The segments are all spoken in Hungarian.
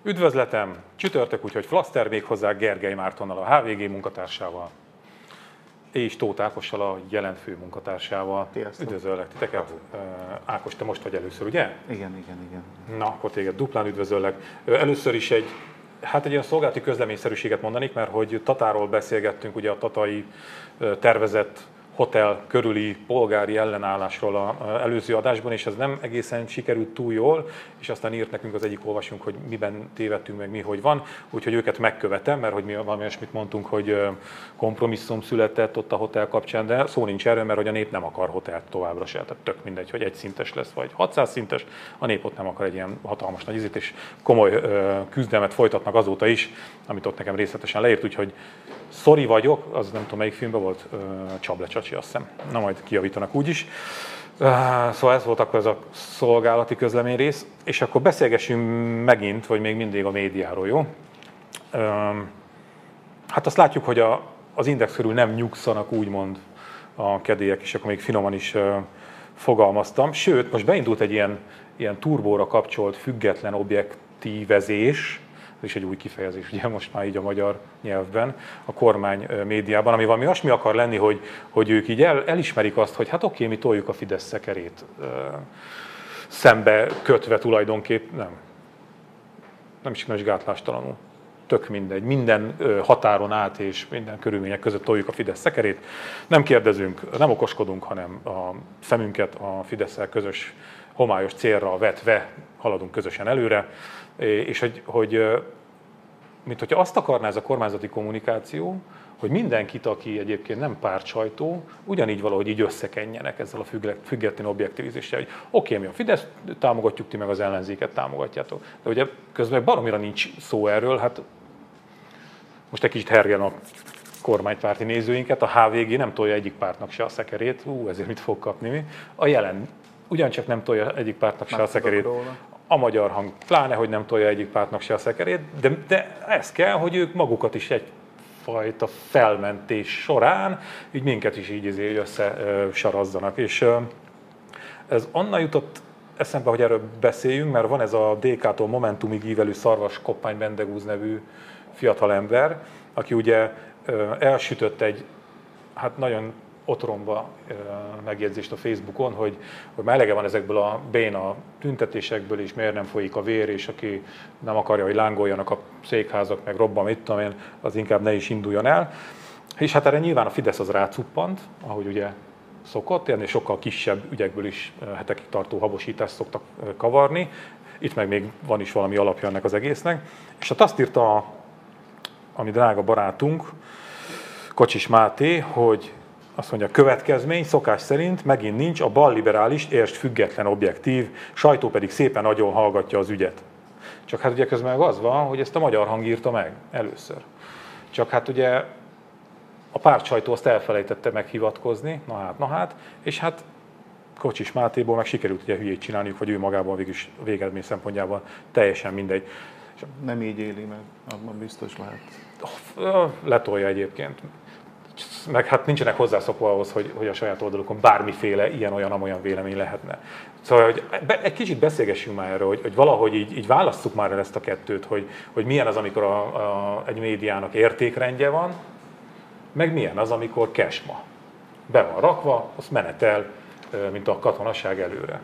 Üdvözletem! Csütörtök, úgyhogy flaszter még hozzá Gergely Mártonnal, a HVG munkatársával, és Tóth Ákossal, a jelen fő munkatársával. Sziasztok. Üdvözöllek titeket. Ákos, te most vagy először, ugye? Igen. Na, akkor téged duplán üdvözöllek. Először is egy ilyen szolgálati közleményszerűséget mondanék, mert hogy Tatáról beszélgettünk, ugye a tatai tervezett hotel körüli polgári ellenállásról az előző adásban, és ez nem egészen sikerült túl jól, és aztán írt nekünk az egyik olvasónk, hogy miben tévedtünk, meg mi hogy van, úgyhogy őket megkövetem, mert hogy mi valami olyasmit mondtunk, hogy kompromisszum született ott a hotel kapcsán, de szó nincs erről, mert hogy a nép nem akar hotelt továbbra se, tehát tök mindegy, hogy 1 szintes lesz, vagy 600 szintes, a nép ott nem akar egy ilyen hatalmas nagy izét, és komoly küzdelmet folytatnak azóta is, amit ott nekem részletesen leírt, úgyhogy sorry vagyok, az nem tudom melyik filmben volt, Csable Csacsi, azt hiszem. Na majd kijavítanak úgyis. Szóval ez volt akkor ez a szolgálati közlemény rész, és akkor beszélgessünk megint, vagy még mindig a médiáról, jó? Hát azt látjuk, hogy az Index körül nem nyugszanak úgymond a kedélyek, és akkor még finoman is fogalmaztam. Sőt, most beindult egy ilyen turbóra kapcsolt független objektívezés, ez is egy új kifejezés, ugye most már így a magyar nyelvben, a kormány médiában, ami valami olyasmi akar lenni, hogy ők így elismerik azt, hogy hát oké, mi toljuk a Fidesz szekerét szembe kötve tulajdonképp, nem is gátlástalanul. Tök mindegy, minden határon át és minden körülmények között toljuk a Fidesz szekerét. Nem kérdezünk, nem okoskodunk, hanem a szemünket a Fidesszel közös homályos célra vetve haladunk közösen előre, és mint hogyha azt akarná ez a kormányzati kommunikáció, hogy mindenkit, aki egyébként nem pártsajtó, ugyanígy valahogy így összekenjenek ezzel a független objektivizéssel, hogy oké, mi a Fidesz támogatjuk, ti meg az ellenzéket támogatjátok. De ugye közben baromira nincs szó erről, hát most egy kicsit hergen a kormánypárti nézőinket, a HVG nem tolja egyik pártnak se a szekerét, ezért mit fog kapni mi. A jelen ugyancsak nem tolja egyik pártnak se a szekerét. A Magyar Hang pláne, hogy nem tolja egyik pártnak se a szekerét, de ez kell, hogy ők magukat is egyfajta felmentés során, így minket is így összesarazzanak. És ez onnan jutott eszembe, hogy erről beszéljünk, mert van ez a DK-tól Momentumig ívelő Szarvas Koppány Bendegúz nevű fiatalember, aki ugye elsütött egy nagyon otromba megjegyzést a Facebookon, hogy már elege van ezekből a béna tüntetésekből, és miért nem folyik a vér, és aki nem akarja, hogy lángoljanak a székházak, meg robban, mit tudom én, az inkább ne is induljon el. És hát erre nyilván a Fidesz az rácuppant, ahogy ugye szokott, ennél sokkal kisebb ügyekből is hetekig tartó habosítást szoktak kavarni. Itt meg még van is valami alapja ennek az egésznek. És hát azt írta a mi drága barátunk, Kocsis Máté, hogy azt mondja, következmény szokás szerint megint nincs, a balliberális, értsd független objektív, sajtó pedig szépen nagyon hallgatja az ügyet. Csak hát ugye közben az van, hogy ezt a Magyar Hang írta meg először. Csak hát ugye a pártsajtó azt elfelejtette meghivatkozni, na hát, és hát Kocsis Mátéból meg sikerült ugye hülyét csinálniuk, hogy ő magában végülis végeredmény szempontjában teljesen mindegy. Nem így éli meg, abban biztos lehet. Letolja egyébként. Meg hát nincsenek hozzászokva ahhoz, hogy a saját oldalukon bármiféle ilyen-olyan-amolyan vélemény lehetne. Szóval, hogy egy kicsit beszélgessünk már erről, hogy valahogy így válasszuk már el ezt a kettőt, hogy milyen az, amikor egy médiának értékrendje van, meg milyen az, amikor kesma. Be van rakva, azt menetel, mint a katonaság előre.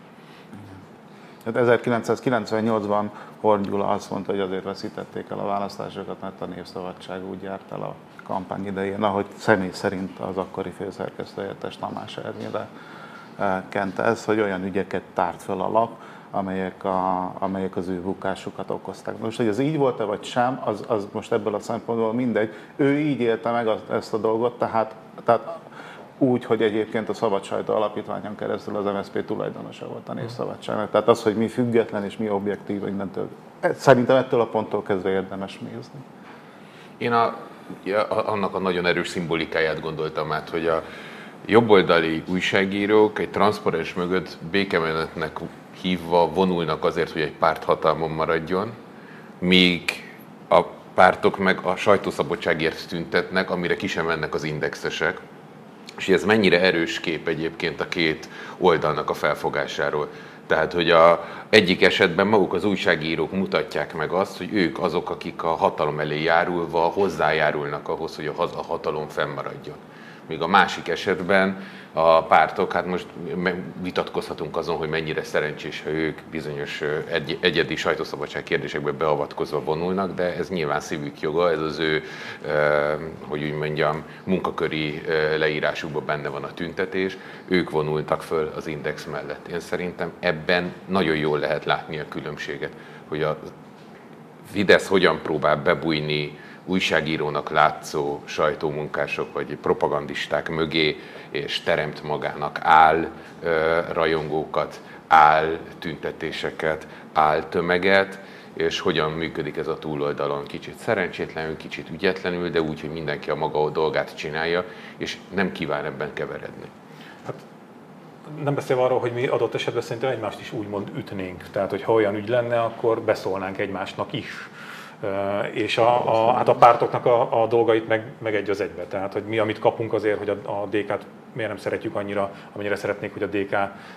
Hát 1998-ban Horn Gyula azt mondta, hogy azért veszítették el a választásokat, mert a Népszabadság úgy járt el a kampány idején, ahogy személy szerint az akkori főszerkesztő-helyettes Tamás Ernére kente ez, hogy olyan ügyeket tárt föl a lap, amelyek az ő bukásukat okozták. Most, hogy ez így volt-e vagy sem, az most ebből a szempontból mindegy. Ő így élte meg ezt a dolgot, tehát úgy, hogy egyébként a Szabad Sajtó Alapítványon keresztül az MSZP tulajdonosa volt a Népszabadságnak. Tehát az, hogy mi független és mi objektív, mindentől. Szerintem ettől a ponttól kezdve érdemes nézni. Én annak a nagyon erős szimbolikáját gondoltam át, hogy a jobboldali újságírók egy transzparens mögött békemenetnek hívva vonulnak azért, hogy egy párt hatalmon maradjon, míg a pártok meg a sajtószabadságért tüntetnek, amire ki sem mennek az indexesek. És ez mennyire erős kép egyébként a két oldalnak a felfogásáról. Tehát, hogy egyik esetben maguk az újságírók mutatják meg azt, hogy ők azok, akik a hatalom elé járulva hozzájárulnak ahhoz, hogy a hatalom fennmaradjon. Míg a másik esetben a pártok, hát most vitatkozhatunk azon, hogy mennyire szerencsés, ha ők bizonyos egyedi sajtószabadság kérdésekbe beavatkozva vonulnak, de ez nyilván szívük joga, ez az ő, hogy úgy mondjam, munkaköri leírásukban benne van a tüntetés, ők vonultak föl az Index mellett. Én szerintem ebben nagyon jól lehet látni a különbséget, hogy a Fidesz hogyan próbál bebújni újságírónak látszó sajtómunkások vagy propagandisták mögé, és teremt magának rajongókat, tüntetéseket, tömeget, és hogyan működik ez a túloldalon kicsit szerencsétlenül, kicsit ügyetlenül, de úgy, hogy mindenki a maga dolgát csinálja, és nem kíván ebben keveredni. Hát, nem beszélve arról, hogy mi adott esetben szerintem egymást is úgymond ütnénk. Tehát, hogy ha olyan ügy lenne, akkor beszólnánk egymásnak is. És hát a pártoknak a dolgait meg egy az egybe. Tehát, hogy mi, amit kapunk azért, hogy a DK-t miért nem szeretjük annyira, amennyire szeretnék, hogy a DK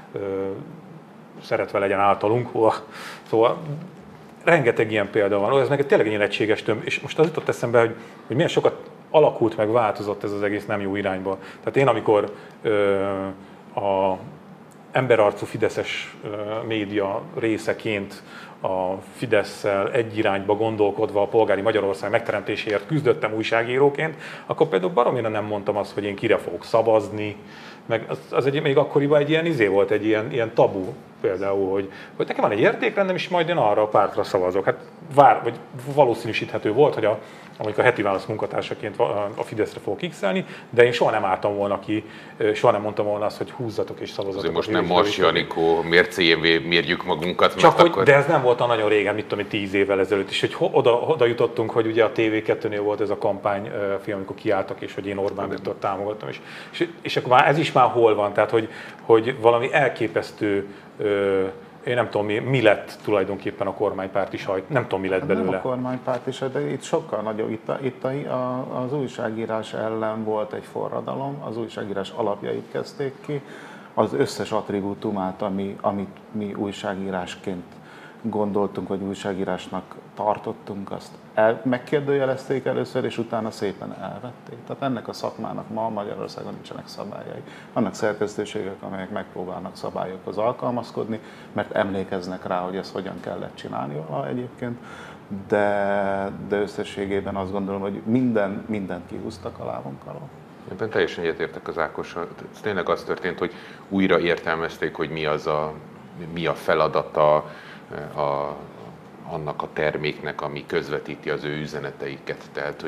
szeretve legyen általunk. Szóval rengeteg ilyen példa van. Ez meg tényleg egy egységes tömb. És most az jutott eszembe, hogy milyen sokat alakult, meg változott ez az egész nem jó irányba. Tehát én, amikor a emberarcú fideszes média részeként a Fidesszel egy irányba gondolkodva a polgári Magyarország megteremtéséért küzdöttem újságíróként, akkor például baromira nem mondtam azt, hogy én kire fogok szavazni, meg az még akkoriban egy ilyen volt, egy ilyen tabu például, hogy nekem van egy értékrendem, és majd én arra a pártra szavazok. Hát vagy valószínűsíthető volt, hogy amikor a Heti Válasz munkatársaként a Fideszre fogok x-elni, de én soha nem álltam volna ki, soha nem mondtam volna azt, hogy húzzatok és szavazatok. Azért most nem Marsi Anikó mércéjévé mérjük magunkat. Csak hogy, akkor... De ez nem volt nagyon régen, mit tudom, 10 évvel ezelőtt is, hogy oda jutottunk, hogy ugye a TV2-nél volt ez a kampányfilm, amikor kiálltak, és hogy én Orbán Viktort támogattam. És akkor már ez is már hol van, tehát hogy valami elképesztő, én nem tudom, mi lett tulajdonképpen a kormánypárti sajt, nem tudom, mi lett belőle. Nem a kormánypárti sajt, de itt sokkal nagyobb, itt az újságírás ellen volt egy forradalom, az újságírás alapjait kezdték ki, az összes attribútumát, amit mi újságírásként gondoltunk, vagy újságírásnak tartottunk, azt megkérdőjelezték először, és utána szépen elvették. Tehát ennek a szakmának ma Magyarországon nincsenek szabályai. Vannak szerkesztőségek, amelyek megpróbálnak szabályokhoz alkalmazkodni, mert emlékeznek rá, hogy ezt hogyan kellett csinálni valaha egyébként, de összességében azt gondolom, hogy mindent kihúztak a lábunk alól. Ebben teljesen egyetértek az Ákossal. Tényleg az történt, hogy újra értelmezték, hogy mi a feladata annak a terméknek, ami közvetíti az ő üzeneteiket. Tehát,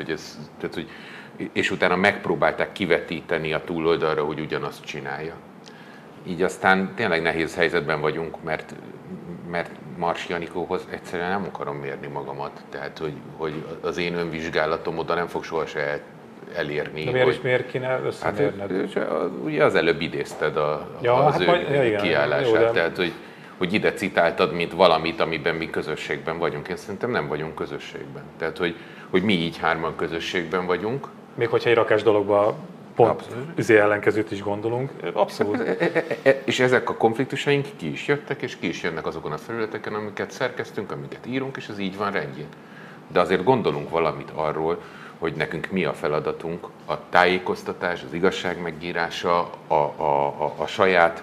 és utána megpróbálták kivetíteni a túloldalra, hogy ugyanazt csinálja. Így aztán tényleg nehéz helyzetben vagyunk, mert Marsi Anikóhoz egyszerűen nem akarom mérni magamat. Tehát, hogy az én önvizsgálatom oda nem fog sohasem elérni. De miért kéne összemérned? Hát, ugye az előbb idézted az ő kiállását. Tehát, hogy ide citáltad, mint valamit, amiben mi közösségben vagyunk. Én szerintem nem vagyunk közösségben. Tehát, hogy mi így hárman közösségben vagyunk. Még hogyha egy rakás dologban pont ellenkezőt is gondolunk. Abszolút. És ezek a konfliktusaink ki is jöttek, és ki is jönnek azokon a felületeken, amiket szerkeztünk, amiket írunk, és ez így van rendjén. De azért gondolunk valamit arról, hogy nekünk mi a feladatunk, a tájékoztatás, az igazság megírása, a saját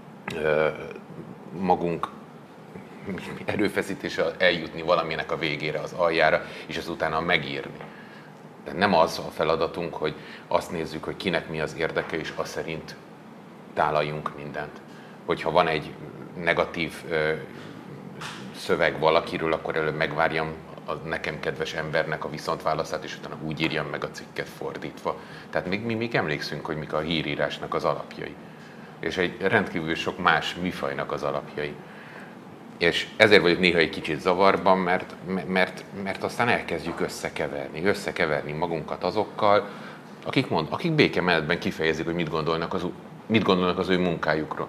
magunk erőfeszítése eljutni valaminek a végére, az aljára, és ezt utána megírni. De nem az a feladatunk, hogy azt nézzük, hogy kinek mi az érdeke, és azt szerint tálaljunk mindent. Hogyha van egy negatív szöveg valakiről, akkor előbb megvárjam a nekem kedves embernek a viszontválaszát, és utána úgy írjam meg a cikket fordítva. Tehát mi még emlékszünk, hogy mik a hírírásnak az alapjai. És egy rendkívül sok más műfajnak az alapjai. És ezért vagyok néha egy kicsit zavarban, mert aztán elkezdjük összekeverni magunkat azokkal, akik békemenetben kifejezik, hogy mit gondolnak az ő munkájukról.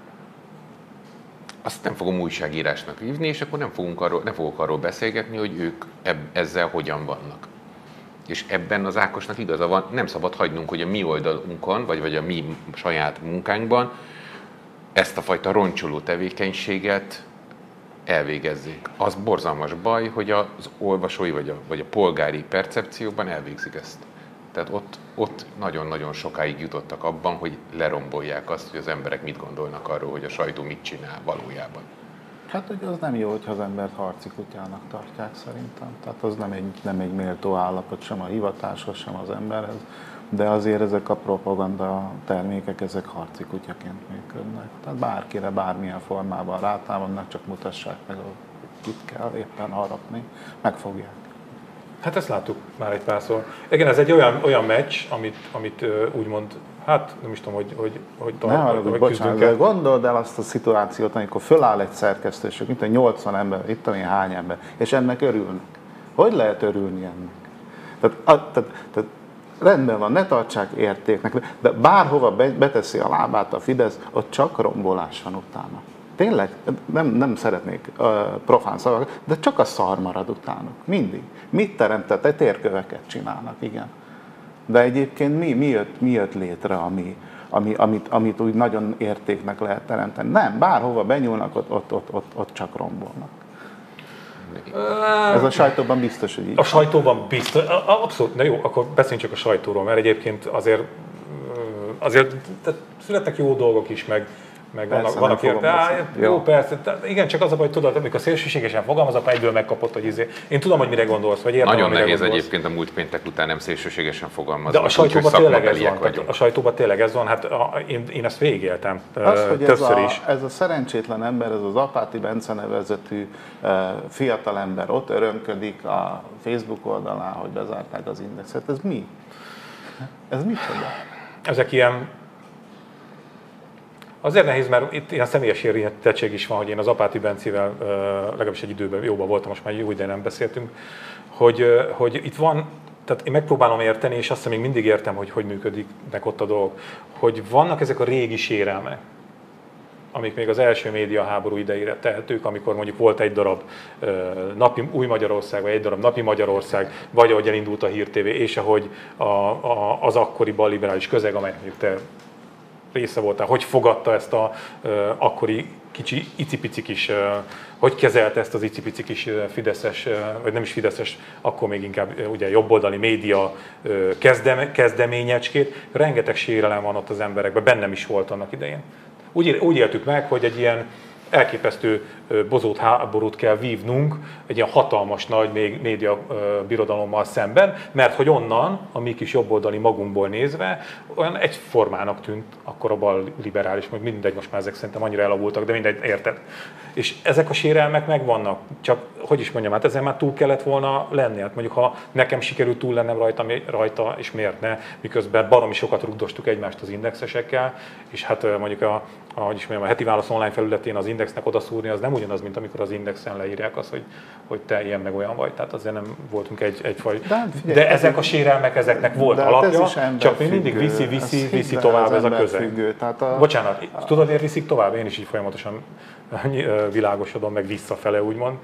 Azt nem fogom újságírásnak hívni, és akkor nem fogok arról beszélgetni, hogy ők ezzel hogyan vannak. És ebben az Ákosnak igaza van, nem szabad hagynunk, hogy a mi oldalunkon, vagy a mi saját munkánkban ezt a fajta roncsoló tevékenységet elvégezzék. Az borzalmas baj, hogy az olvasói vagy a polgári percepcióban elvégzik ezt. Tehát ott nagyon-nagyon sokáig jutottak abban, hogy lerombolják azt, hogy az emberek mit gondolnak arról, hogy a sajtó mit csinál valójában. Hát, hogy az nem jó, hogyha az embert harci kutyának tartják szerintem. Tehát az nem egy méltó állapot sem a hivatáshoz, sem az emberhez. De azért ezek a propaganda termékek, ezek harci kutyaként működnek. Tehát bárkire, bármilyen formában rátámadnak, csak mutassák meg, hogy itt kell éppen harapni, megfogják. Hát ezt láttuk már egy párszor. Igen, ez egy olyan meccs, amit úgymond, hát nem is tudom, hogy bocsánat, de gondold el azt a szituációt, amikor föláll egy szerkesztőség, mint egy 80 ember, itt tudom én hány ember, és ennek örülnek. Hogy lehet örülni ennek? Tehát rendben van, ne tartsák értéknek, de bárhova beteszi a lábát a Fidesz, ott csak rombolás van utána. Tényleg, nem szeretnék profán szavakat, de csak a szar marad utánuk. Mindig. Mit teremtett? Térköveket csinálnak, igen. De egyébként mi jött létre, amit úgy nagyon értéknek lehet teremteni? Nem, bárhova benyúlnak, ott csak rombolnak. Ez a sajtóban biztos, hogy így. A sajtóban biztos, abszolút, na jó, akkor beszéljünk csak a sajtóról, mert egyébként azért születnek jó dolgok is, meg vannak érte. Jó, persze. Igen, csak az a baj, tudod, amikor szélsőségesen fogalmazok, egyből megkapott, hogy én tudom, hogy mire gondolsz, vagy értem, nagyon nehéz gondolsz. Egyébként a múlt péntek után nem szélsőségesen fogalmazni. De a sajtóban tényleg ez van. A sajtóban tényleg ez van, hát én ezt végigéltem többször is. Ez a szerencsétlen ember, ez az Apáti Bence nevezetű fiatal ember ott örömködik a Facebook oldalán, hogy bezárták az Indexet. Ez mi? Ez micsoda? Ezek ilyen... Azért nehéz, mert itt ilyen személyes érintettség is van, hogy én az Apáti Bencével legalábbis egy időben jóban voltam, most már jó ideje nem beszéltünk, hogy itt van, tehát én megpróbálom érteni, és azt hiszem még mindig értem, hogy működnek ott a dolgok, hogy vannak ezek a régi sérelmek, amik még az első médiaháború idejére tehetők, amikor mondjuk volt egy darab napi Új Magyarország, vagy egy darab Napi Magyarország, vagy ahogy elindult a Hír TV, és ahogy az akkori balliberális közeg, amelynek mondjuk te része voltál, hogy fogadta ezt a akkori kicsi icipici kis, hogy kezelte ezt az icipici kis fideszes, vagy nem is fideszes, akkor még inkább ugye jobboldali média kezdeményecskét. Rengeteg sérelem van ott az emberekben, bennem is volt annak idején. Úgy éltük meg, hogy egy ilyen elképesztő bozót háborút kell vívnunk egy ilyen hatalmas nagy média birodalommal szemben, mert hogy onnan, a mi kis jobboldali magunkból nézve, olyan egyformának tűnt akkor a bal liberális, meg mindegy, most már ezek szerintem annyira elavultak, de mindegy, érted. És ezek a sérelmek megvannak, csak hogy is mondjam, hát ezen már túl kellett volna lenni. Hát mondjuk, ha nekem sikerült túl lennem rajta, és miért ne, miközben baromi sokat rugdostuk egymást az indexesekkel, és hát mondjuk a heti válasz online felületén az Indexnek odaszúrni, az nem ugyanaz, mint amikor az Indexen leírják azt, hogy te ilyen meg olyan vagy. Tehát azért nem voltunk egyfaj. De ezek a sérelmek, ezek volt alapja, csak még mindig viszi tovább ez a közeg. Bocsánat, tudod, miért viszik tovább? Én is így folyamatosan világosodom meg visszafele, úgymond.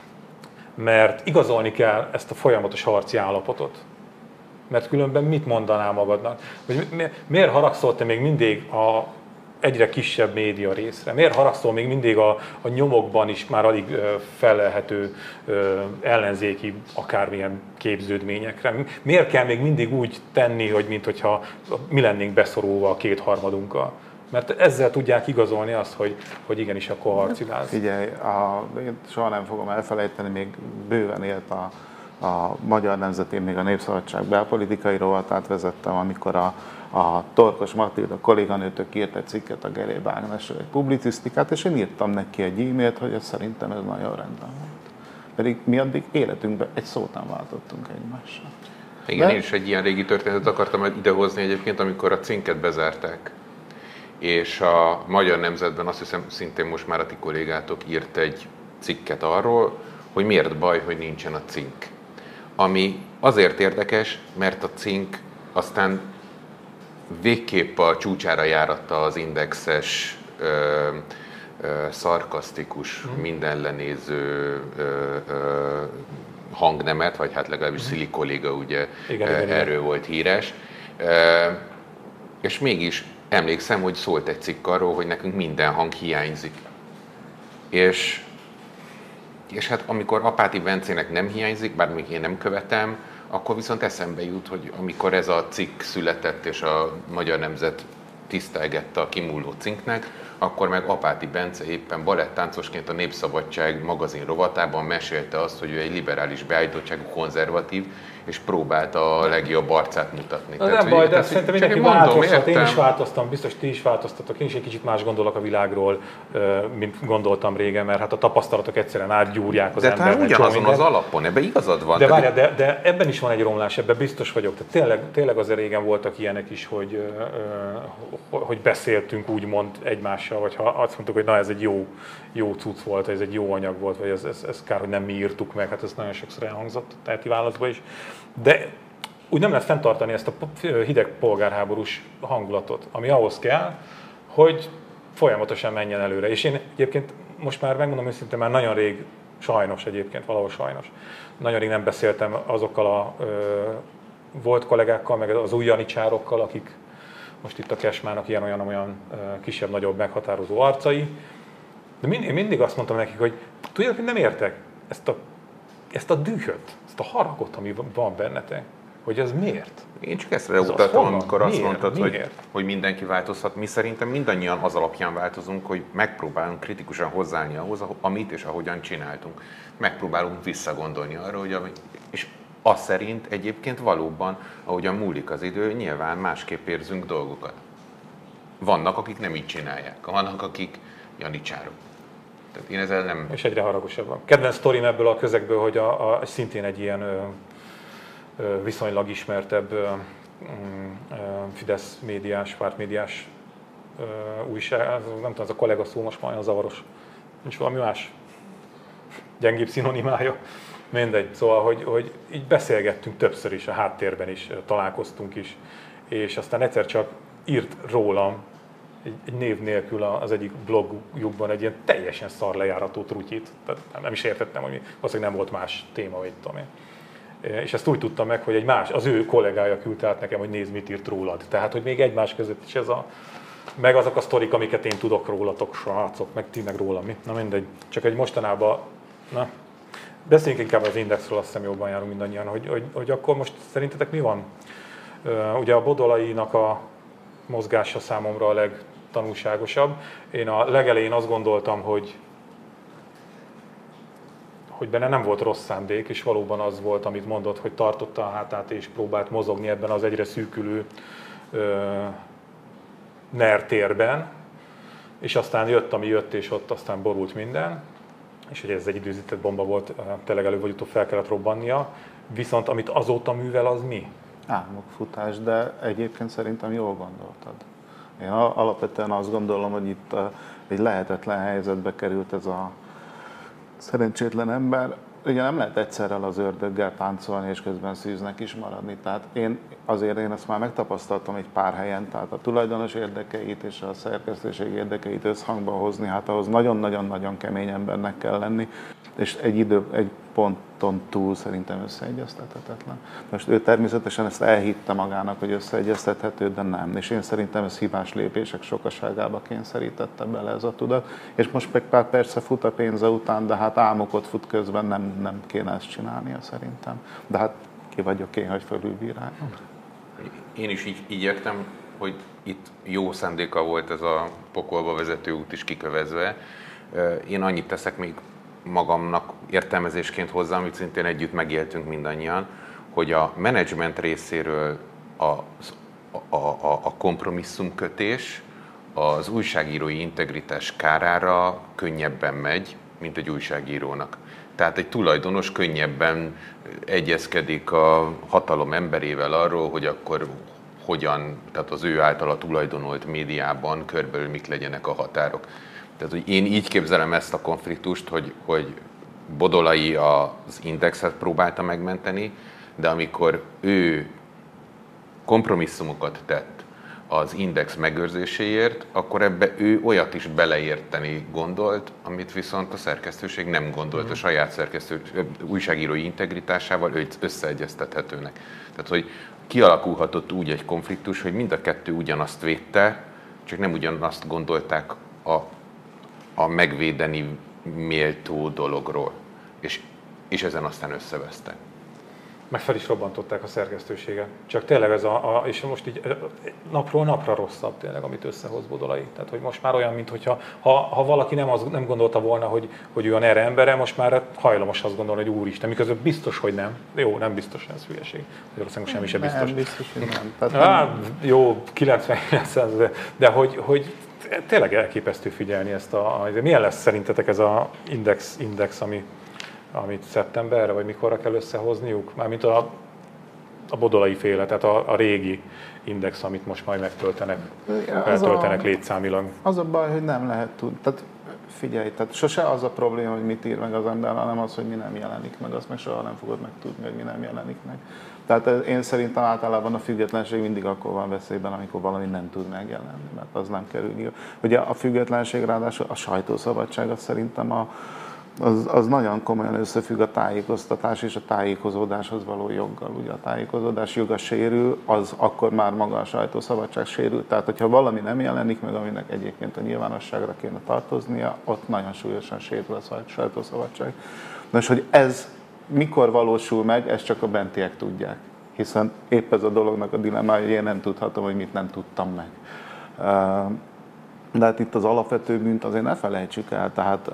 Mert igazolni kell ezt a folyamatos harci állapotot. Mert különben mit mondanál magadnak? Miért haragszol te még mindig a egyre kisebb média részre? Miért haragszol még mindig a nyomokban is már alig fellelhető ellenzéki akármilyen képződményekre? Miért kell még mindig úgy tenni, hogy minthogyha mi lennénk beszorulva a kétharmadunkkal? Mert ezzel tudják igazolni azt, hogy igenis akkor harcigáz. Figyelj, én soha nem fogom elfelejteni, még bőven élt a Magyar Nemzetén, még a Népszabadság belpolitikai rovatát vezettem, amikor a Torkos Matilda kolléganőtök írt egy cikket a Geréb Ágnesről, egy publicisztikát, és én írtam neki egy e-mailt, hogy szerintem ez nagyon rendben volt. Pedig mi addig életünkben egy szót nem váltottunk egymással. Igen, én is egy ilyen régi történetet akartam idehozni egyébként, amikor a cinket bezárták. És a Magyar Nemzetben azt hiszem szintén most már a ti kollégátok írt egy cikket arról, hogy miért baj, hogy nincsen a cink. Ami azért érdekes, mert a cink aztán végképp a csúcsára járatta az indexes, szarkasztikus, mindenlenéző hangnemet, vagy hát legalábbis Szili kolléga ugye igen. Erről volt híres. És mégis emlékszem, hogy szólt egy cikk arról, hogy nekünk minden hang hiányzik. És hát amikor Apáti Bencének nem hiányzik, bár még én nem követem, akkor viszont eszembe jut, hogy amikor ez a cikk született, és a Magyar Nemzet tisztelgette a kimúló cinknek, akkor meg Apáti Bence éppen balettáncosként a Népszabadság magazin rovatában mesélte azt, hogy ő egy liberális beállítottságú konzervatív, és próbálta a legjobb arcát mutatni. Na, nem baj, de szerintem mindenki változtat, én is változtam, biztos ti is változtatok, én is egy kicsit más gondolok a világról, mint gondoltam régen, mert hát a tapasztalatok egyszerűen átgyúrják az embernek. De ugyanazon az alapon, ebben igazad van. De várjál, de ebben is van egy romlás, ebben biztos vagyok. Tehát tényleg azért régen voltak ilyenek is, hogy beszéltünk úgymond egymással, vagy ha azt mondtuk, hogy na ez egy jó cucc volt, ez egy jó anyag volt, vagy ez kár, hogy nem mi írtuk meg, hát ez nagyon sokszor elhangzott a teheti válaszba is. De úgy nem lehet fenntartani ezt a hideg polgárháborús hangulatot, ami ahhoz kell, hogy folyamatosan menjen előre. És én egyébként most már megmondom őszintén, már nagyon rég, sajnos egyébként, valahol sajnos, nagyon rég nem beszéltem azokkal a volt kollégákkal, meg az új janicsárokkal, akik most itt a Kesmának ilyen-olyan kisebb-nagyobb meghatározó arcai. De én mindig azt mondtam nekik, hogy tudjátok, hogy nem értek ezt a dühöt, ezt a haragot, ami van bennetek, hogy ez miért? Én csak ezt utaltam, amikor azt mondtad, hogy mindenki változhat. Mi szerintem mindannyian az alapján változunk, hogy megpróbálunk kritikusan hozzáállni ahhoz, amit és ahogyan csináltunk. Megpróbálunk visszagondolni arra, hogy és az szerint egyébként valóban, ahogyan múlik az idő, nyilván másképp érzünk dolgokat. Vannak, akik nem így csinálják, vannak, akik janicsárok. Tehát én ezzel nem... És egyre haragosabban. Kedvenc sztorim ebből a közegből, hogy szintén egy ilyen viszonylag ismertebb Fidesz médiás, pártmédiás újság, nem tudom, ez a kollega szó most már olyan zavaros, nincs valami más gyengébb szinonimája. Mindegy, szóval, hogy így beszélgettünk többször is, a háttérben is, találkoztunk is, és aztán egyszer csak írt rólam egy név nélkül az egyik blogjukban egy ilyen teljesen szar lejárató trutyit. Tehát nem is értettem, hogy valószínűleg nem volt más téma, vagy tudom én. És ezt úgy tudtam meg, hogy az ő kollégája küldte át nekem, hogy nézd, mit írt rólad. Tehát, hogy még egymás között is meg azok a sztorik, amiket én tudok rólatok, srácok, meg ti meg rólam. Na mindegy, csak egy mostanában, beszéljünk inkább az Indexről, azt hiszem jobban járunk mindannyian, hogy akkor most szerintetek mi van? Ugye a Bodolainak a mozgása számomra a legtanulságosabb. Én a legelején azt gondoltam, hogy benne nem volt rossz szándék, és valóban az volt, amit mondott, hogy tartotta a hátát és próbált mozogni ebben az egyre szűkülő NER térben, és aztán jött, ami jött, és ott aztán borult minden, és hogy ez egy időzített bomba volt, tényleg előbb vagy utóbb fel kellett robbannia, viszont amit azóta művel, az mi? Álmokfutás, de egyébként szerintem jól gondoltad. Én alapvetően azt gondolom, hogy itt egy lehetetlen helyzetbe került ez a szerencsétlen ember. Ugye nem lehet egyszerrel az ördöggel táncolni, és közben szűznek is maradni. Tehát én ezt már megtapasztaltam egy pár helyen, tehát a tulajdonos érdekeit és a szerkesztőség érdekeit összhangba hozni, hát ahhoz nagyon-nagyon-nagyon kemény embernek kell lenni, és egy ponton túl szerintem összeegyeztethetetlen. Most ő természetesen ezt elhitte magának, hogy összeegyeztethető, de nem. És én szerintem ez hibás lépések sokaságába kényszerítette bele ez a tudat. És most meg persze fut a pénze után, de hát álmokot fut közben, nem kéne ezt csinálnia szerintem. De hát ki vagyok én, hogy fölülbíráljam. Én is így értem, hogy itt jó szándéka volt ez a pokolba vezető út is kikövezve. Én annyit teszek még magamnak értelmezésként hozzá, amit szintén együtt megéltünk mindannyian, hogy a menedzsment részéről a kompromisszumkötés az újságírói integritás kárára könnyebben megy, mint egy újságírónak. Tehát egy tulajdonos könnyebben egyezkedik a hatalom emberével arról, hogy akkor hogyan, tehát az ő általa tulajdonolt médiában körülbelül mik legyenek a határok. Tehát, hogy én így képzelem ezt a konfliktust, hogy Bodolai az Indexet próbálta megmenteni, de amikor ő kompromisszumokat tett az Index megőrzéséért, akkor ebbe ő olyat is beleérteni gondolt, amit viszont a szerkesztőség nem gondolt a saját újságírói integritásával összeegyeztethetőnek. Tehát, hogy kialakulhatott úgy egy konfliktus, hogy mind a kettő ugyanazt védte, csak nem ugyanazt gondolták a megvédeni méltó dologról. És ezen aztán összevesztek. Meg fel is robbantották a szerkesztőséget. Csak tényleg ez és most így napról napra rosszabb tényleg, amit összehoz Bodolai. Tehát, hogy most már olyan, mintha ha valaki nem gondolta volna, hogy olyan erre embere, most már hajlamos azt gondolni, hogy úristen, miközben biztos, hogy nem. Jó, nem biztos, ez hülyeség. Magyarországon semmi sem biztos. Nem biztos, hogy nem. Jó, 99%, de hogy tényleg elképesztő figyelni ezt milyen lesz szerintetek ez az index, amit szeptemberre, vagy mikorra kell összehozniuk? Mármint a Bodolai féle, tehát a régi index, amit most majd eltöltenek létszámilag. Az a baj, hogy nem lehet tudni. Tehát figyelj, tehát sose az a probléma, hogy mit ír meg az ember, hanem az, hogy mi nem jelenik meg. Azt meg soha nem fogod megtudni, hogy mi nem jelenik meg. Tehát én szerintem általában a függetlenség mindig akkor van veszélyben, amikor valami nem tud megjelenni, mert az nem kerül. Ugye a függetlenség, ráadásul a sajtószabadság, az szerintem az nagyon komolyan összefügg a tájékoztatás és a tájékozódáshoz való joggal. Ugye a tájékozódás joga sérül, az akkor már maga a sajtószabadság sérül. Tehát, hogyha valami nem jelenik meg, aminek egyébként a nyilvánosságra kéne tartoznia, ott nagyon súlyosan sérül a sajtószabadság. Nos, hogy ez mikor valósul meg, ezt csak a bentiek tudják. Hiszen épp ez a dolognak a dilemmája, hogy én nem tudhatom, hogy mit nem tudtam meg. De hát itt az alapvető bűnt azért ne felejtsük el, tehát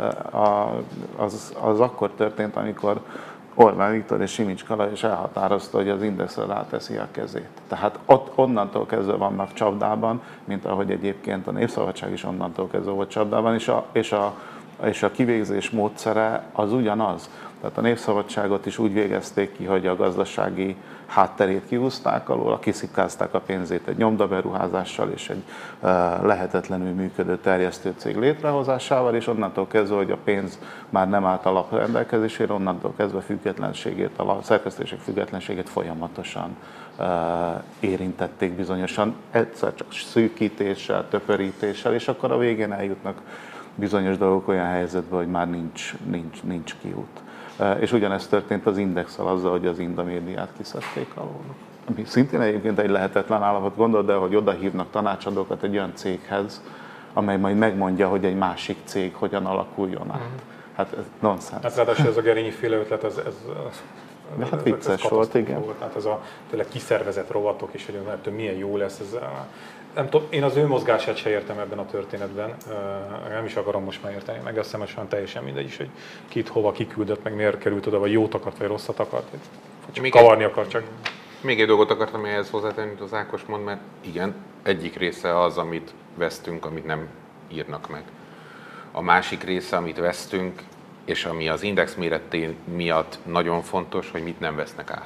az akkor történt, amikor Orbán Viktor és Simics Kala is elhatározta, hogy az Indexre ráteszi a kezét. Tehát ott onnantól kezdve vannak csapdában, mint ahogy egyébként a Népszabadság is onnantól kezdve volt csapdában, és a kivégzés módszere az ugyanaz. Tehát a Népszabadságot is úgy végezték ki, hogy a gazdasági hátterét kihúzták alól, kiszikázták a pénzét egy nyomdaberuházással és egy lehetetlenül működő terjesztőcég létrehozásával, és onnantól kezdve, hogy a pénz már nem állt alap rendelkezésére, onnantól kezdve függetlenségét, a szerkesztőség függetlenségét folyamatosan érintették bizonyosan, egyszer csak szűkítéssel, töpörítéssel, és akkor a végén eljutnak bizonyos dolgok olyan helyzetben, hogy már nincs kiút. És ugyanezt történt az Indexsel azzal, hogy az Indamédiát kiszedték alól. Ami szintén egyébként egy lehetetlen állapot, gondold el, hogy oda hívnak tanácsadókat egy olyan céghez, amely majd megmondja, hogy egy másik cég hogyan alakuljon át. Hát ez nonsens. Hát ráadásul ez a Gerényi féle ötlet, de hát vicces volt, igen. Hát ez a tényleg kiszervezett rovatok is, hogy milyen jó lesz. Nem tudom, én az ő mozgását se értem ebben a történetben, nem is akarom most már érteni, meg azt hiszem, hogy teljesen mindegy is, hogy kit hova kiküldött, meg miért került oda, vagy jót akart, vagy rosszat akart, vagy kavarni akar csak. Még egy dolgot akartam ehhez hozzátenni, mint az Ákos mond, mert igen, egyik része az, amit vesztünk, amit nem írnak meg. A másik része, amit vesztünk, és ami az Index méretén miatt nagyon fontos, hogy mit nem vesznek át.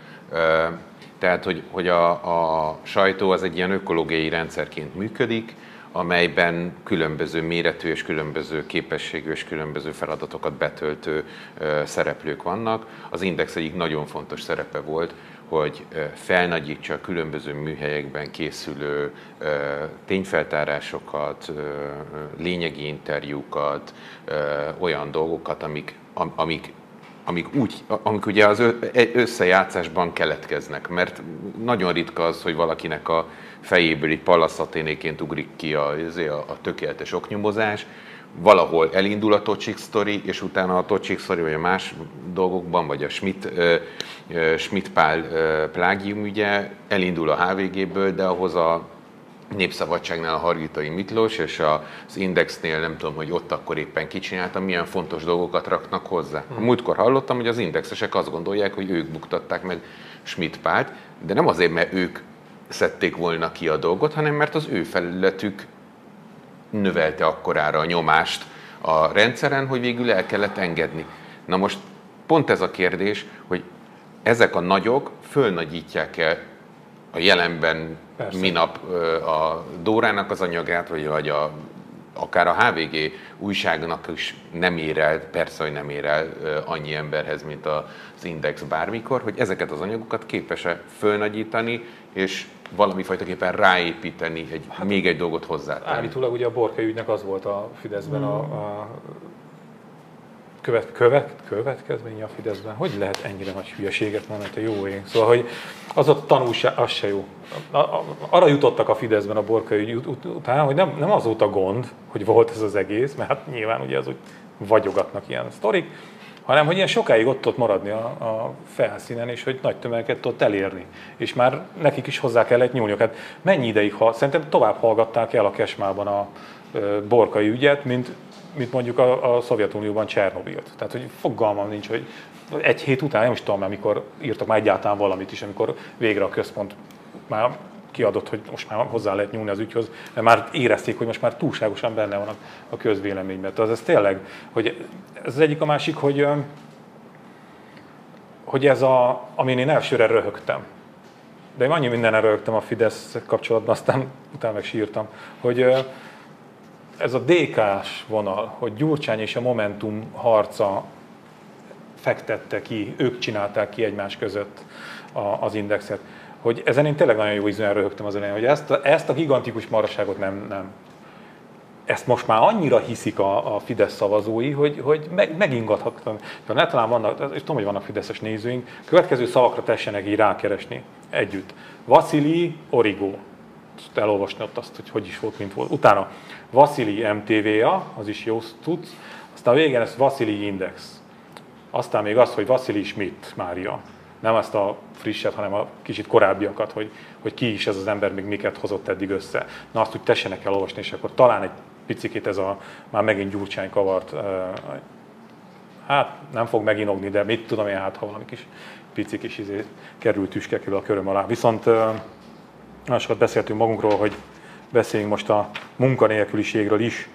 Tehát, hogy a sajtó az egy ilyen ökológiai rendszerként működik, amelyben különböző méretű és különböző képességű és különböző feladatokat betöltő szereplők vannak. Az Index egyik nagyon fontos szerepe volt, hogy felnagyítsa a különböző műhelyekben készülő tényfeltárásokat, lényegi interjúkat, olyan dolgokat, amik ugye az összejátszásban keletkeznek, mert nagyon ritka az, hogy valakinek a fejéből így pallaszaténéként ugrik ki a tökéletes oknyomozás, valahol elindul a Tocsik sztori, és utána a Tocsik sztori, vagy a más dolgokban, vagy a Schmidt Pál plágium ügye elindul a HVG-ből, de ahhoz a Népszabadságnál a Hargitai Miklós, és az Indexnél nem tudom, hogy ott akkor éppen kicsináltam, milyen fontos dolgokat raknak hozzá. Múltkor hallottam, hogy az indexesek azt gondolják, hogy ők buktatták meg Schmidt Pált, de nem azért, mert ők szedték volna ki a dolgot, hanem mert az ő felületük növelte akkorára a nyomást a rendszeren, hogy végül el kellett engedni. Na most pont ez a kérdés, hogy ezek a nagyok fölnagyítják-e a jelenben persze. Minap a Dórának az anyagát, vagy akár a HVG újságnak is nem ér el, persze, hogy nem ér el annyi emberhez, mint az Index bármikor, hogy ezeket az anyagokat képes-e fölnagyítani, és valami fajtaképpen ráépíteni, még egy dolgot hozzátenni. Állítólag ugye a Borkai ügynek az volt a Fideszben következménye a Fideszben? Hogy lehet ennyire nagy hülyeséget mondani, te jó ég? Szóval, hogy az a tanulság, az se jó. Arra jutottak a Fideszben a Borkai ügy után, hogy nem az volt a gond, hogy volt ez az egész, mert hát nyilván ugye az úgy vagyogatnak ilyen sztorik, hanem hogy ilyen sokáig ott maradni a felszínen, és hogy nagy tömegeket ott elérni. És már nekik is hozzá kellett nyúlniuk. Hát mennyi ideig, szerintem tovább hallgatták el a Kesmában a Borkai ügyet, mint mondjuk a Szovjetunióban Csernobilt. Tehát, hogy fogalmam nincs, hogy egy hét után, nem is tudom, amikor írtak már egyáltalán valamit is, amikor végre a központ már kiadott, hogy most már hozzá lehet nyúlni az ügyhöz, mert már érezték, hogy most már túlságosan benne van a közvéleményben. Tehát ez tényleg, hogy ez az egyik, a másik, hogy ez amin én elsőre röhögtem. De én annyi mindenre röhögtem a Fidesz kapcsolatban, aztán utána meg sírtam, hogy ez a DK-s vonal, hogy Gyurcsány és a Momentum harca fektette ki, ők csinálták ki egymás között az Indexet, hogy ezen én tényleg nagyon jó ízűen röhögtem az elején, hogy ezt a gigantikus marhaságot nem. Ezt most már annyira hiszik a Fidesz szavazói, hogy megingathatatlan. Ha netán vannak, és tudom, hogy vannak fideszes nézőink, következő szavakra tessenek így rákeresni együtt. Vasili Origo. Elolvasni ott azt, hogy is volt, mint volt. Utána Vasili MTVA, az is jó tudsz. Aztán a végén ez Vasili Index. Aztán még az, hogy Vasili Schmidt Mária. Nem ezt a frisset, hanem a kicsit korábbiakat, hogy ki is ez az ember, még miket hozott eddig össze. Na azt úgy tessenek el olvasni, és akkor talán egy picikét ez már megint Gyurcsány kavart, hát nem fog meginogni, de mit tudom én, hát ha valami kis pici kis kerül tüske kerül a köröm alá. Viszont nagyon sokat beszéltünk magunkról, hogy beszéljünk most a munkanélküliségről is,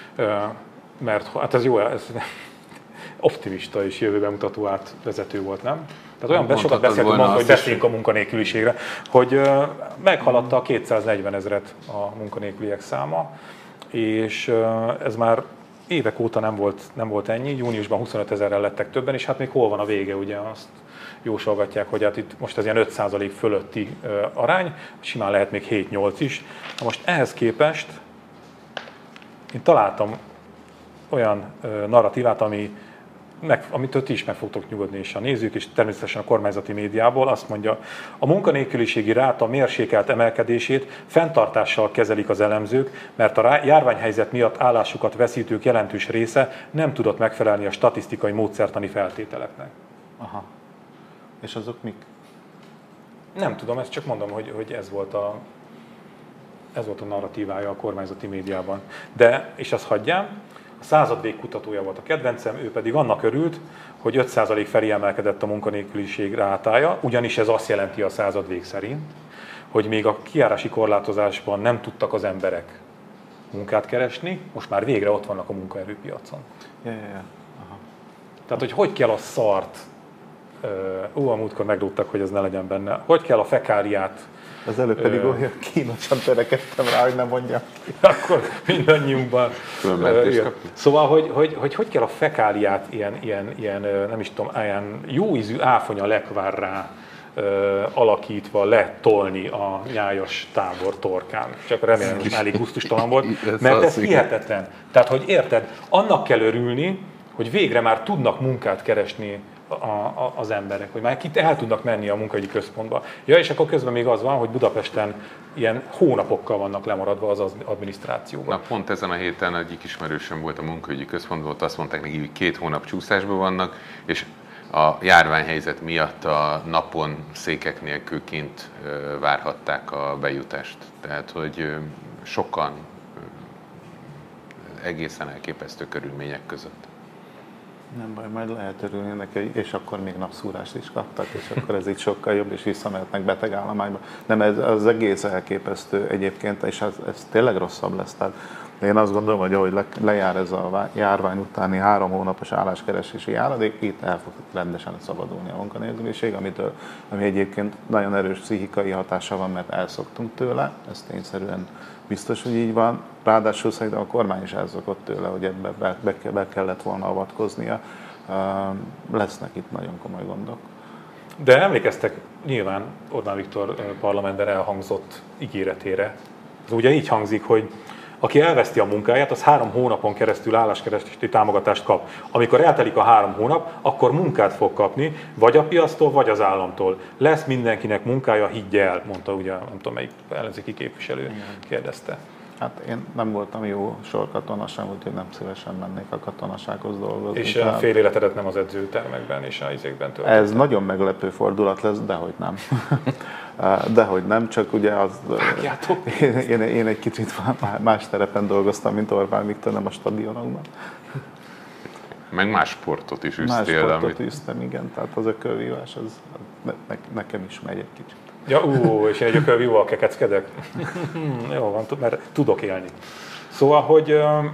mert hát ez jó, ez optimista és jövőben mutató átvezető volt, nem? Tehát olyan sokat beszéltünk magunkról, hogy beszéljünk a munkanélküliségre, hogy meghaladta a 240 000 a munkanélküliek száma, és ez már évek óta nem volt ennyi, júniusban 25 000-rel lettek többen, és hát még hol van a vége, ugye azt jósolgatják, hogy hát itt most ez ilyen 5% fölötti arány, simán lehet még 7-8 is. Na most ehhez képest én találtam olyan narratívát, amitől ti is meg fogtok nyugodni, és a nézők, és természetesen a kormányzati médiából azt mondja, a munkanélküliségi ráta mérsékelt emelkedését fenntartással kezelik az elemzők, mert a járványhelyzet miatt állásukat veszítők jelentős része nem tudott megfelelni a statisztikai módszertani feltételeknek. Aha. És azok mik? Nem tudom, ezt csak mondom, hogy ez volt a narratívája a kormányzati médiában. De, és azt hagyjám, a századvég kutatója volt a kedvencem, ő pedig annak örült, hogy 5% felé emelkedett a munkanélküliség rátája, ugyanis ez azt jelenti a századvég szerint, hogy még a kijárási korlátozásban nem tudtak az emberek munkát keresni, most már végre ott vannak a munkaerőpiacon. Aha. Tehát, hogy kell a szart, a múltkor meglódtak, hogy ez ne legyen benne, hogy kell a fekáliát. Az előbb pedig olyan kínosan törekedtem rá, hogy nem mondjam ki. Akkor mindannyiunkban. Szóval, hogy kell a fekáliát ilyen nem is tudom, ilyen jó ízű áfonya lekvárrá alakítva letolni a nyájas tábor torkán. Csak remélem, hogy elég gusztustalan volt, mert ez hihetetlen. Tehát, hogy érted, annak kell örülni, hogy végre már tudnak munkát keresni az emberek, hogy már itt el tudnak menni a munkaügyi központba. Ja, és akkor közben még az van, hogy Budapesten ilyen hónapokkal vannak lemaradva az adminisztrációban. Na pont ezen a héten egyik ismerősöm volt a munkaügyi központban, ott azt mondták neki, hogy 2 hónap csúszásban vannak, és a járványhelyzet miatt a napon székek nélkül kint várhatták a bejutást. Tehát, hogy sokan egészen elképesztő körülmények között. Nem baj, majd lehet örülni neki, és akkor még napszúrást is kaptak, és akkor ez így sokkal jobb, és visszamehetnek betegállományba. Nem, ez az egész elképesztő egyébként, és ez tényleg rosszabb lesz. Tehát én azt gondolom, hogy ahogy lejár ez a járvány utáni 3 hónapos álláskeresési járadék, itt el fog rendesen szabadulni a munkanélküliség, ami egyébként nagyon erős pszichikai hatása van, mert elszoktunk tőle, ez tényszerűen biztos, hogy így van. Ráadásul szerintem a kormány is elszokott tőle, hogy ebbe be kellett volna avatkoznia. Lesznek itt nagyon komoly gondok. De emlékeztek nyilván Orbán Viktor parlamentben elhangzott ígéretére. Ez ugye így hangzik, hogy aki elveszti a munkáját, az 3 hónapon keresztül álláskeresési támogatást kap. Amikor eltelik a 3 hónap, akkor munkát fog kapni, vagy a piactól, vagy az államtól. Lesz mindenkinek munkája, higgy el, mondta ugye, nem tudom melyik ellenzéki képviselő kérdezte. Hát én nem voltam jó sorkatona sem, úgyhogy nem szívesen mennék a katonasághoz dolgozni. És a fél életedet nem az edzőtermekben és a izékben töltötted? Ez nagyon meglepő fordulat lesz, dehogy nem. Dehogy nem, csak ugye az... Én egy kicsit más terepen dolgoztam, mint Orbán Viktor, nem a stadionokban. Meg más sportot is űztél. Más sportot űztem, igen, tehát az ökölvívás, az nekem is megy egy kicsit. Ja, és én egy ökölvívóval kekeckedek? Jó van, mert tudok élni. Szóval, hogy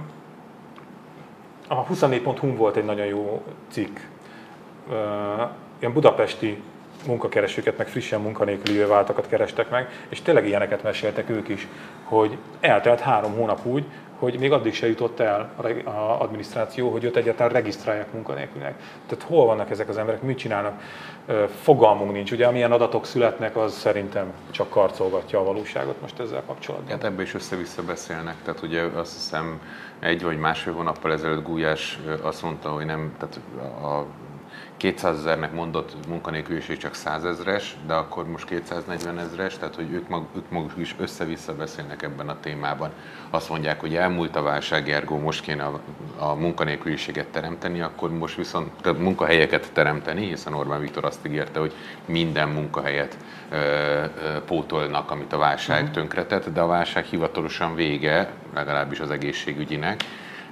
a 24.hu volt egy nagyon jó cikk. Ilyen budapesti munkakeresőket, meg frissen munkanélküli váltakat kerestek meg, és tényleg ilyeneket meséltek ők is, hogy eltelt 3 hónap úgy, hogy még addig se jutott el az adminisztráció, hogy őt egyáltalán regisztrálják munkanélkülinek. Tehát hol vannak ezek az emberek, mit csinálnak? Fogalmunk nincs. Ugye amilyen adatok születnek, az szerintem csak karcolgatja a valóságot most ezzel kapcsolatban. Hát ebben is össze-vissza beszélnek. Tehát ugye azt hiszem 1 vagy másfél hónappal ezelőtt Gulyás azt mondta, hogy nem, tehát a 200 000-nek mondott munkanélküliség csak 100 000-es, de akkor most 240 000-es, tehát hogy ők maguk is össze-vissza beszélnek ebben a témában. Azt mondják, hogy elmúlt a válság, ergo most kéne a munkanélküliséget teremteni, akkor most viszont tehát munkahelyeket teremteni, hiszen Orbán Viktor azt ígérte, hogy minden munkahelyet pótolnak, amit a válság tönkretett, de a válság hivatalosan vége, legalábbis az egészségügyinek.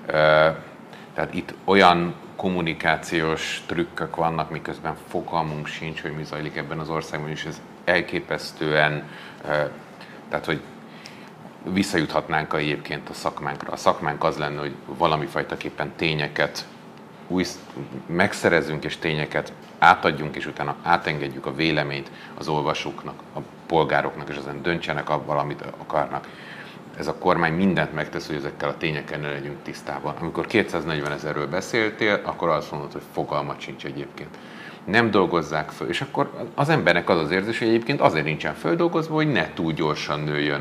Tehát itt olyan kommunikációs trükkök vannak, miközben fogalmunk sincs, hogy mi zajlik ebben az országban, és ez elképesztően, tehát hogy visszajuthatnánk egyébként a szakmánkra. A szakmánk az lenne, hogy valami fajtaképpen tényeket megszerezzünk, és tényeket átadjunk, és utána átengedjük a véleményt az olvasóknak, a polgároknak, és ezen döntsenek abban, amit akarnak. Ez a kormány mindent megtesz, hogy ezekkel a tényekkel ne legyünk tisztában. Amikor 240 000-ről beszéltél, akkor azt mondod, hogy fogalmat sincs egyébként. Nem dolgozzák föl, és akkor az embernek az az érzés, hogy egyébként azért nincsen földolgozva, hogy ne túl gyorsan nőjön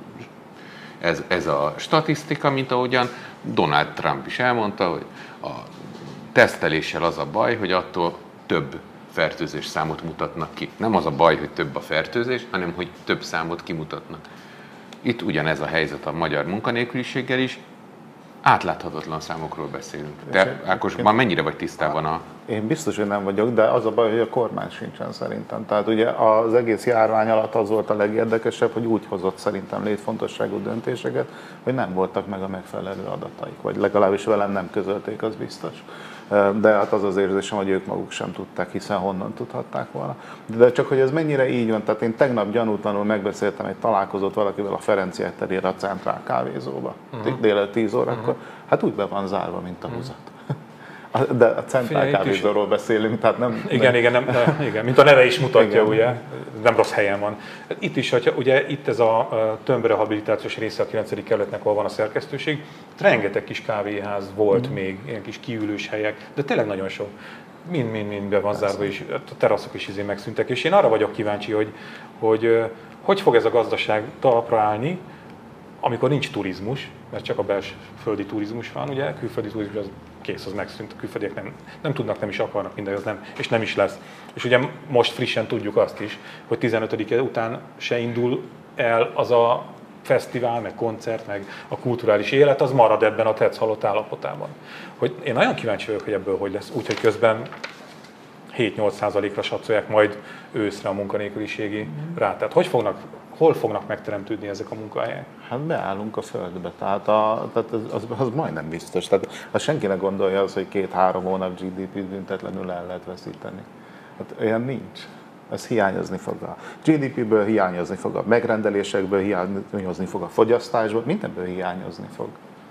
ez a statisztika, mint ahogyan Donald Trump is elmondta, hogy a teszteléssel az a baj, hogy attól több fertőzés számot mutatnak ki. Nem az a baj, hogy több a fertőzés, hanem hogy több számot kimutatnak. Itt ugyanez a helyzet a magyar munkanélküliséggel is, átláthatatlan számokról beszélünk. Te, Ákos, már mennyire vagy tisztában a... Én biztos, hogy nem vagyok, de az a baj, hogy a kormány sincsen szerintem. Tehát ugye az egész járvány alatt az volt a legérdekesebb, hogy úgy hozott szerintem létfontosságú döntéseket, hogy nem voltak meg a megfelelő adataik, vagy legalábbis velem nem közölték, az biztos. De hát az az érzésem, hogy ők maguk sem tudták, hiszen honnan tudhatták volna. De csak hogy ez mennyire így van, tehát én tegnap gyanútlanul megbeszéltem egy találkozót valakivel a Ferenciek terére a Centrál kávézóba, délelőtt 10 órakor, hát úgy be van zárva, mint a húzat. De a Centrál kávézóról beszélünk, tehát nem... Igen, mint a neve is mutatja, igen. Ugye, nem rossz helyen van. Itt is, hogyha, ugye itt ez a tömbrehabilitációs része a 9. kerületnek, ahol van a szerkesztőség, rengeteg kis kávéház volt még, ilyen kis kiülős helyek, de tényleg nagyon sok. Mind be van zárva, és a teraszok is megszűntek. És én arra vagyok kíváncsi, hogy fog ez a gazdaság talpra állni, amikor nincs turizmus, mert csak a belföldi turizmus van, ugye, külföldi turizmus az kész, az megszűnt, a külföldiek nem tudnak, nem is akarnak, mindegy, az nem, és nem is lesz. És ugye most frissen tudjuk azt is, hogy 15-e után se indul el az a fesztivál, meg koncert, meg a kulturális élet, az marad ebben a tetsz halott állapotában. Hogy én nagyon kíváncsi vagyok, hogy ebből hogy lesz, úgyhogy közben 7-8%-ra satszolják majd őszre a munkanélküliségi rátát. Hol fognak megteremtődni ezek a munkahelyek? Hát beállunk a földbe, tehát az majdnem biztos. Tehát senki ne gondolja az, hogy 2-3 hónap GDP-t büntetlenül el lehet veszíteni. Hát olyan nincs. Ez hiányozni fog a GDP-ből, hiányozni fog a megrendelésekből, hiányozni fog a fogyasztásból, mindenből hiányozni fog.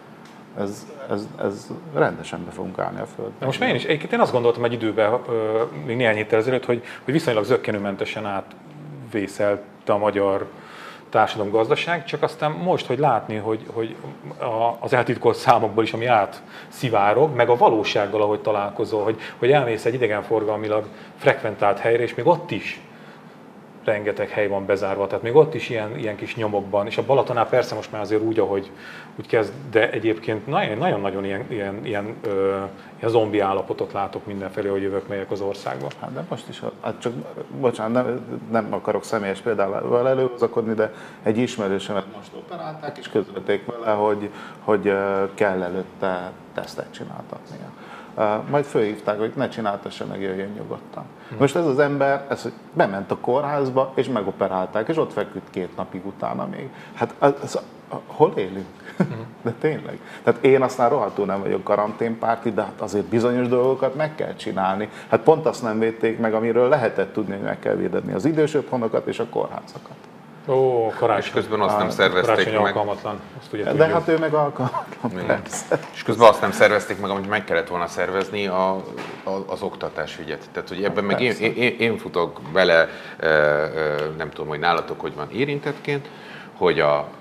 Ez rendesen be fogunk állni a földbe. De most én azt gondoltam egy időben, még néhány héttel ezelőtt, hogy viszonylag zökkenőmentesen átvészelte a magyar társadalom-gazdaság, csak aztán most, hogy látni, hogy az eltitkolt számokból is, ami átszivárog, meg a valósággal, ahogy találkozol, hogy elmész egy idegenforgalmilag frekventált helyre, és még ott is rengeteg hely van bezárva, tehát még ott is ilyen kis nyomokban, és a Balatonnál persze most már azért úgy kezd, de egyébként nagyon-nagyon ilyen zombi állapotot látok mindenfelé, hogy jövök, megyek az országba. Hát de most is, csak bocsánat, nem akarok személyes példával előhozakodni, de egy ismerősemet most operálták, és közölték vele, hogy kell előtte tesztet csináltatnia. Majd fölhívták, hogy ne csináltassa meg, jöjjön nyugodtan. Most ez az ember bement a kórházba, és megoperálták, és ott feküdt 2 napig utána még. Hát hol élünk? De tényleg. Tehát én aztán rohadtul nem vagyok karanténpárti, de hát azért bizonyos dolgokat meg kell csinálni. Hát pont azt nem védték meg, amiről lehetett tudni, hogy meg kell védeni az idős otthonokat és a kórházakat. Ó, karácsony. És közben azt nem szervezték meg. Alkalmatlan. Azt ugye de hát ő meg alkalmatlan, persze. És közben azt nem szervezték meg, amit meg kellett volna szervezni, az oktatásügyet. Tehát, hogy ebben meg én futok bele, nem tudom, hogy nálatok hogy van érintettként, hogy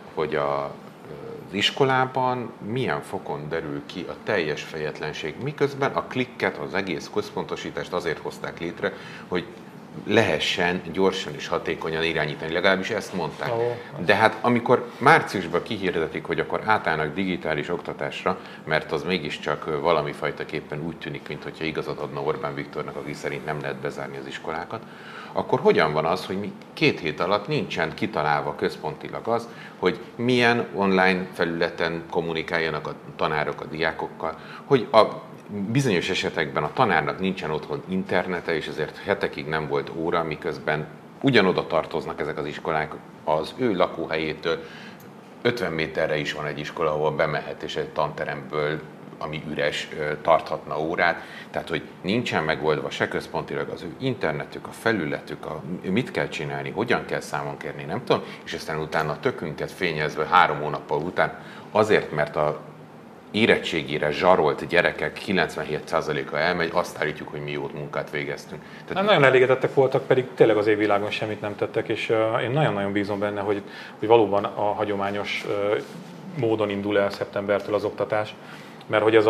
az iskolában milyen fokon derül ki a teljes fejetlenség, miközben a klikket, az egész központosítást azért hozták létre, hogy lehessen gyorsan és hatékonyan irányítani, legalábbis ezt mondták. De hát amikor márciusban kihirdetik, hogy akkor átállnak digitális oktatásra, mert az mégiscsak valami fajtaképpen úgy tűnik, mintha igazat adna Orbán Viktornak, aki szerint nem lehet bezárni az iskolákat, akkor hogyan van az, hogy 2 hét alatt nincsen kitalálva központilag az, hogy milyen online felületen kommunikáljanak a tanárok a diákokkal, hogy a bizonyos esetekben a tanárnak nincsen otthon internete, és ezért hetekig nem volt óra, miközben ugyanoda tartoznak ezek az iskolák az ő lakóhelyétől. 50 méterre is van egy iskola, ahol bemehet, és egy tanteremből, ami üres, tarthatna órát. Tehát, hogy nincsen megoldva se központilag az ő internetük, a felületük, mit kell csinálni, hogyan kell számon kérni, nem tudom, és aztán utána tökünket fényezve 3 hónappal után, azért, mert a érettségére zsarolt gyerekek 97%-a elmegy, azt állítjuk, hogy mi jót munkát végeztünk. Tehát nagyon elégedettek voltak, pedig tényleg az évvilágon semmit nem tettek, és én nagyon-nagyon bízom benne, hogy valóban a hagyományos módon indul el szeptembertől az oktatás, mert hogy ez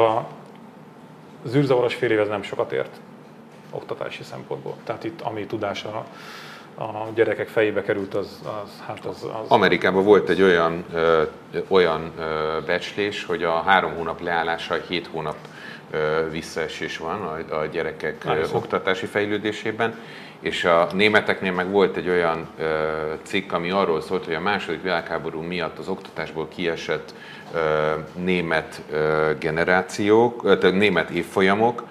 az űrzavaros fél év ez nem sokat ért oktatási szempontból. Tehát itt ami tudása a gyerekek fejébe került, az. Amerikában volt egy olyan becslés, hogy a 3 hónap leállása 7 hónap visszaesés van a gyerekek oktatási fejlődésében, és a németeknél meg volt egy olyan cikk, ami arról szólt, hogy a második világháború miatt az oktatásból kiesett német generációk, tehát német évfolyamok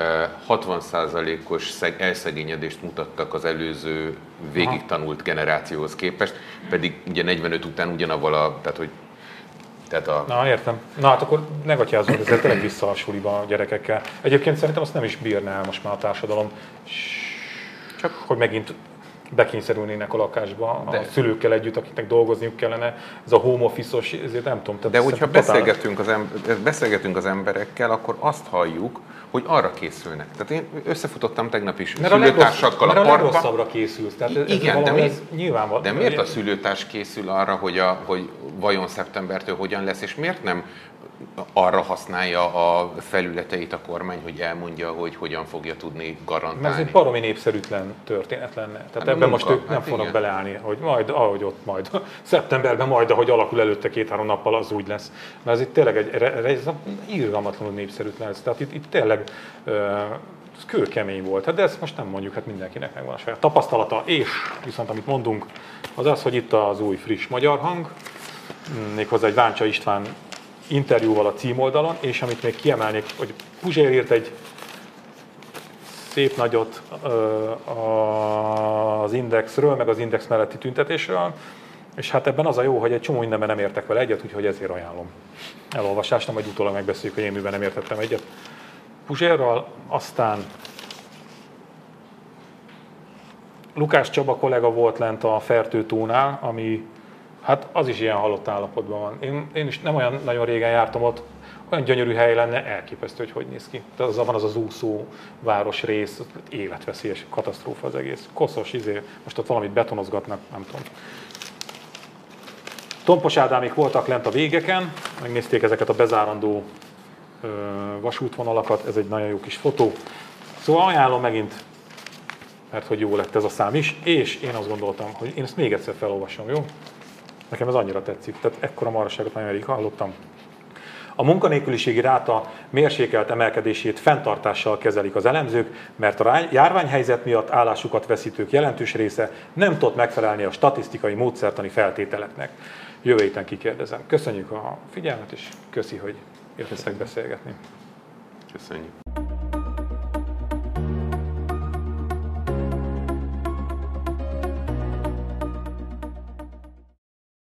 60%-os elszegényedést mutattak az előző végig tanult generációhoz képest, pedig ugye 45 után ugyanavval Na, értem. Na hát akkor negatyázunk, ezzel tényleg vissza a suliba a gyerekekkel. Egyébként szerintem azt nem is bírná el most már a társadalom, csak hogy megint bekényszerülnének a lakásba a szülőkkel együtt, akiknek dolgozniuk kellene. Ez a home office-os, ezért nem tudom. De hogyha beszélgetünk az emberekkel, akkor azt halljuk, hogy arra készülnek. Tehát én összefutottam tegnap is szülőtársakkal a parkba. Mert a legrosszabbra készülsz. Tehát igen, de miért a szülőtárs készül arra, hogy vajon szeptembertől hogyan lesz, és miért nem arra használja a felületeit a kormány, hogy elmondja, hogy hogyan fogja tudni garantálni? Mert ez egy baromi népszerűtlen történet lenne. Tehát hát ebben most ők nem fognak beleállni, hogy majd, ahogy ott majd, szeptemberben majd, ahogy alakul előtte 2-3 nappal, az úgy lesz. Mert ez itt tényleg egy irgalmatlanul népszerűtlen lesz. Tehát itt tényleg ez kőkemény volt. Hát de ezt most nem mondjuk, hát mindenkinek megvan a saját tapasztalata, és viszont amit mondunk, az az, hogy itt az új friss magyar hang, méghozzá egy Váncsa István interjúval a címoldalon, és amit még kiemelnék, hogy Puzsér írt egy szép nagyot az Indexről, meg az Index melletti tüntetésről, és hát ebben az a jó, hogy egy csomó mindenben nem értek vele egyet, úgyhogy ezért ajánlom elolvasásra, majd utólag megbeszéljük, hogy én miben nem értettem egyet Puzsérral. Aztán Lukács Csaba kollega volt lent a Fertőtónál, ami hát az is ilyen halott állapotban van. Én is nem olyan nagyon régen jártam ott, olyan gyönyörű hely lenne, elképesztő, hogy néz ki. Tehát van az úszó város rész, életveszélyes, katasztrófa az egész. Koszos, most ott valamit betonozgatnak, nem tudom. Tompos Ádámék voltak lent a végeken, megnézték ezeket a bezárandó vasútvonalakat, ez egy nagyon jó kis fotó. Szóval ajánlom megint mert hogy jó lett ez a szám is, és én azt gondoltam, hogy én ezt még egyszer felolvasom, jó? Nekem ez annyira tetszik, tehát ekkora marhaságot nagyon rég hallottam. A munkanélküliségi ráta mérsékelt emelkedését fenntartással kezelik az elemzők, mert a járványhelyzet miatt állásukat veszítők jelentős része nem tudott megfelelni a statisztikai módszertani feltételeknek. Jövő héten kikérdezem. Köszönjük a figyelmet, és köszi, hogy jöttetek beszélgetni. Köszönjük.